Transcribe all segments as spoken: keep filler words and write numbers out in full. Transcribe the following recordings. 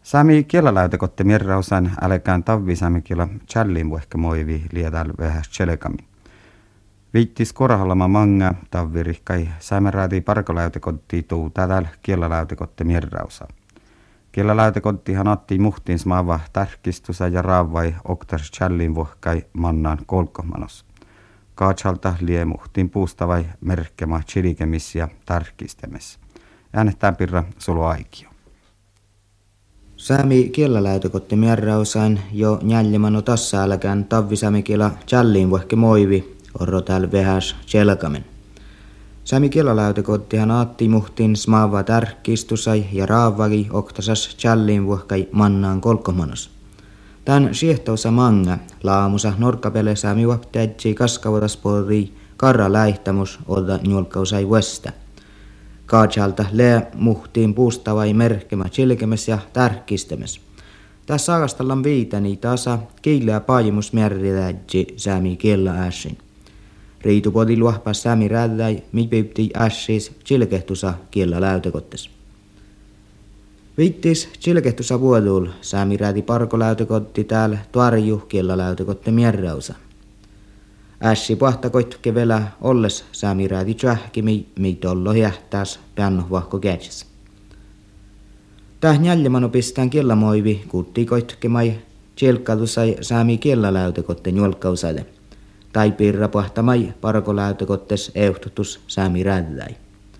Sami kielalautakotte mirrausan älkään tavvi sami kiela challin vuohka moivi liedäl vähäs tselekami. Viittis korahallama manga tavvirihkai saameraadi parkolautakotti tuu tädäl kielalautakotte mirrausa. Kielalautakotti atti muhtins maava tarkistusa ja raavai oktas challin vuohkai mannaan kolkomanos. Kaatsalta liemuhtiin puustavai merkkema chilikemis ja tarkistemis. Äänettään pirra sulu aikio. Saami kielalautakotti mierrausain jo njällimano tassa älkään tavvisami kiela challin vuohke moivi orro tääl vähäs tselkamen. Saami kielalautakotti aatti muhtin smaava tarkistusai ja raavagi oktasas challin vuohkai mannaan kolkomanos. Tän siehtousa manga laamusa norkkapele saami vapteetsi kaskavotaspori karra läihtämus olta njulkkausai vuosta. Kaatsalta lee muhtiin puustavai merkkemä chilkemes ja tärkistemes. Tässä saakastallan viitäni tasa kiileä paajimus merriläjji saami kiellä ässin. Riitupoti luohpas saami rädäi mipipti ässis chilkehtusa kiellä läytekottes. Viittis chilkehtusa vuodul saami rääti parkoläytekotti täällä tuarju kiellä läytekotte mierrausa. Ässi pahtakoitke velä olles saami rääti tsähkimi mitollo jähtäs peanno vahko kädessä. Täh njällemano pistään kielamoivi kuttikoitkemai tjelkkalusai saami kielaläytekotte njolkkausade. Tai pirra pahtamai parkoläytekottes euhtutus saami räädäi.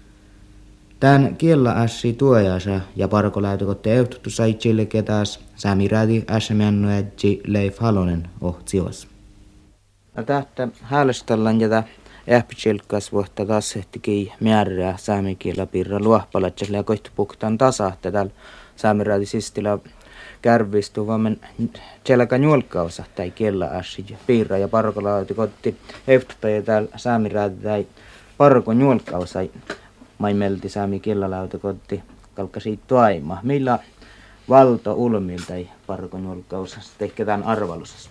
Tän kiellä ässi tuojasa ja parkoläytekotte euhtutusai tjilketäs saami rääti ässemännöädji Leif Halonen ohtsioas. No tähtä häälestallan jätä ähpitsilkkas vuotta taas ehtikin määrää saami kiellä pirra luohpalatselle ja koittu puktaan tasa, että täällä saami rääti sistillä kärvistu vammen tjelkä njulkkausa tai kiellä ässi piirra ja parkoläytekotti euhtuttaja täällä saami rääti tai parko njulkkausai. Maimelti saami kielalautakotti kalkkasi toima. Millä valto ulmilta ei parkon ulkausassa teketään arvalusassa?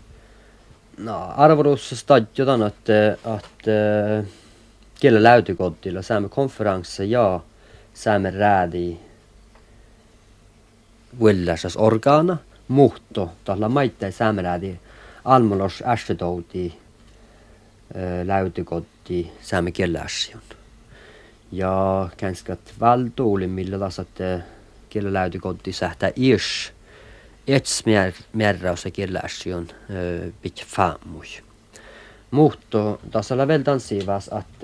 No arvalusassa jotain, että, että kielalautakottilla saamme konferenssa ja saamme räädi villasas orgaana, muhto, tällä maittain saamme räädi almulos ästetouti lautakotti saamme kielalassion. Ja ganska valtuuli, millä tasatte kielalautakotti sähtää irs ets märräus ja kielalassion pitkä faamuj. Muhto tasalla väl tanssivas att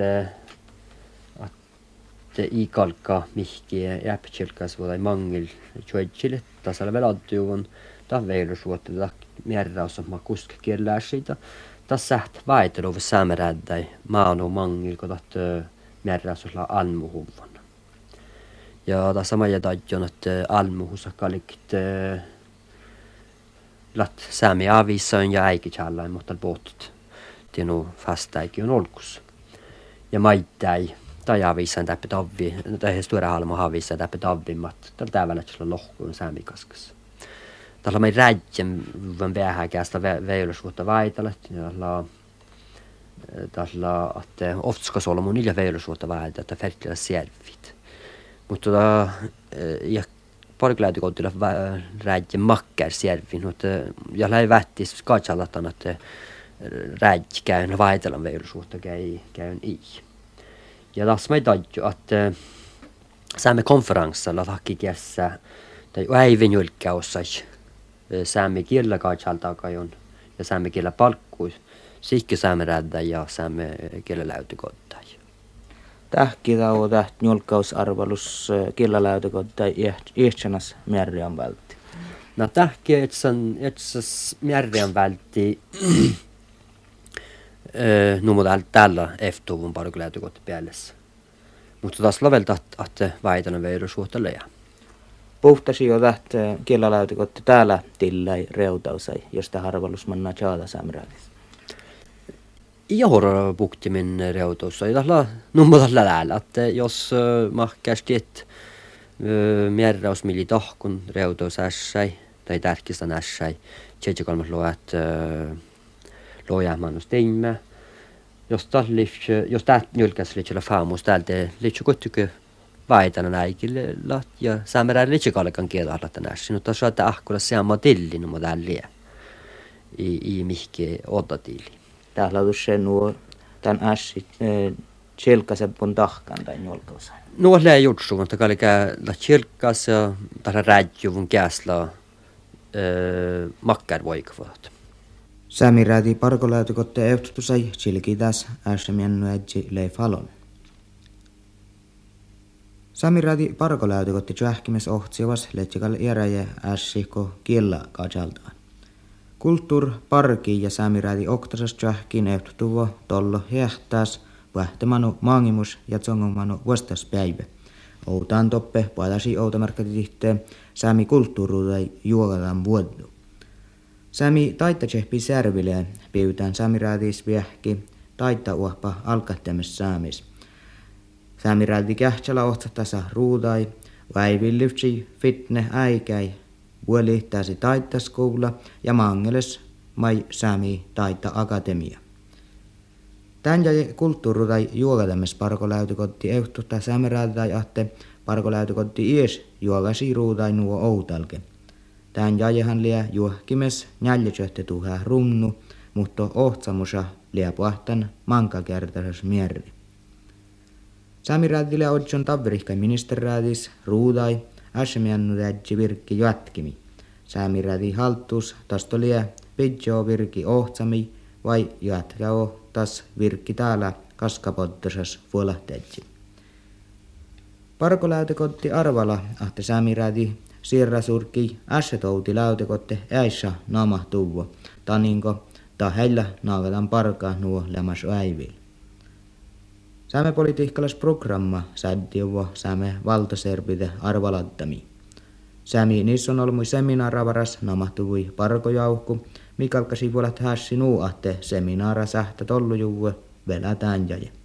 att i kalka mihki jäpchilkas voi mangel joitchille tasalla väl adjuun ta veilsuotte ta märräus on makusk kielalasita tas säht vaitelu saameräddai maanu mangel kodat märräysosla almuhuvan. Ja tässä sama jätäjön, että almuhussa kalikt lat saami avisoin ja äikitjallain, mutta puhutut tienu fastaikin on olkus. Ja maittai tai avisoin täppä tavvi, tai stora halmo avisoin täppä tavvimmat, tällä tavalla että lohkuun saami kaskas. Tällä mai räjjen vaan vähäkästä veilusvuotta vaitalet, ja tällä että oftskos olla mun niillä veilusuutta vähän että färkillä selvit. Mutta tota ja parkläytikottilla räjje makkar selvin mutta ja läi vättis katsallatan että räjj käyn vaitelan veilusuutta käy käyn i. Ja taas mä tajju että saamme konferenssilla hakkikiessä tai äivin julkkausai saamme kielellä katsalta kajon ja saamme kielellä palkkuus. Sikki saamme räddä ja saamme kielalautakotta. Tähki tauo täht njulkkausarvalus kielalautakotta ihtsanas märriän vältti. No tähki etsan etsas märriän vältti numodal tällä eftuvun parkolautakotta päällessä. Mutta taas lavelta että väitän veirusuutta leja. Puhtasi jo täht kielalautakotta täällä tillai reutausai, josta harvalus manna tjaada saamrädis. Johor bukti min reutussa. Ja tällä nummoilla lähellä, että jos mahkästi et mierraus milli tahkun reutus ässäi tai tärkistän ässäi, tjeitsi kolmas luet lojahmannus teimme. Jos tällä jos täältä nylkäs liitsellä faamus täältä liitsä kuitenkin vaitana näikille ja saamerää litsikalekan kielalla tänässä. Mutta se on ahkura seamma tillin mutta tällä i i mihke odotilli. Täällä on usein nuo tämän ässit tjelkasepon tahkan tai jolkausa. Nuo lää jutsu, mutta kallikä la tjelkas ja tällä räjjuvun käsla makkar voikvat. Sami räädi parkoläätykotte ehdotusai tjilkitäs ässämiennu ädji leifalon. Sami räädi parkoläätykotte tjähkimes ohtsivas letsikal eräjä ässiko kiellä kajaltaan. Kulttuur parki ja Sami räädi oktasas tjähkin ehdotuvo tollo hehtääs pähtemanu maangimus ja tsongomanu vastaspäivä. Outaan toppe paadasi outamarkkatitihteen Sami kulttuuruudai juogataan vuodu. Sami taittatsehpi särvileen piytään Sami räädis viehki taitta uohpa alkahtamis saamis. Sami räädi kähtsälä ohtsatasa ruudai, väivillyftsi fitne äikäi, vuolihtäisi taittaskoula ja mangeles mai Sami taitta akatemia. Tän jäi kulttuuruudai juogatämis parkoläytykotti ehtutta Sami räädai ahte parkoläytykotti ies juogasi ruudai nuo outalke. Tän jäihän liä juohkimes näljötsähte tuhää runnu, mutta ohtsamusa liä puhtan mankakertaisas mierri. Sami räädille odjon tavrihkai ministerräädis ruudai äsemiannu räädji virkki jatkimi. Sami räädi haltuus tasto liä pidjo virkki ohtsami vai jatkao tas virkki täällä kaskapottasas vuolahtedji. Parkoläytekotti arvala ahte Sami räädi sirrasurki ässetouti läytekotte äissä naamahtuvo, taninko ta heillä naagataan parkaa nuo lämäs äivil. Saamme politiikkalas programma säddiuvo saamme valtaserbide arvalattami. Sami niissä on ollut seminaaravaras namahtuvui parkojauhku, mikalkasi vuolat hässi nuu ahte seminaara sähtä tollujuvu velä tämänjäjä.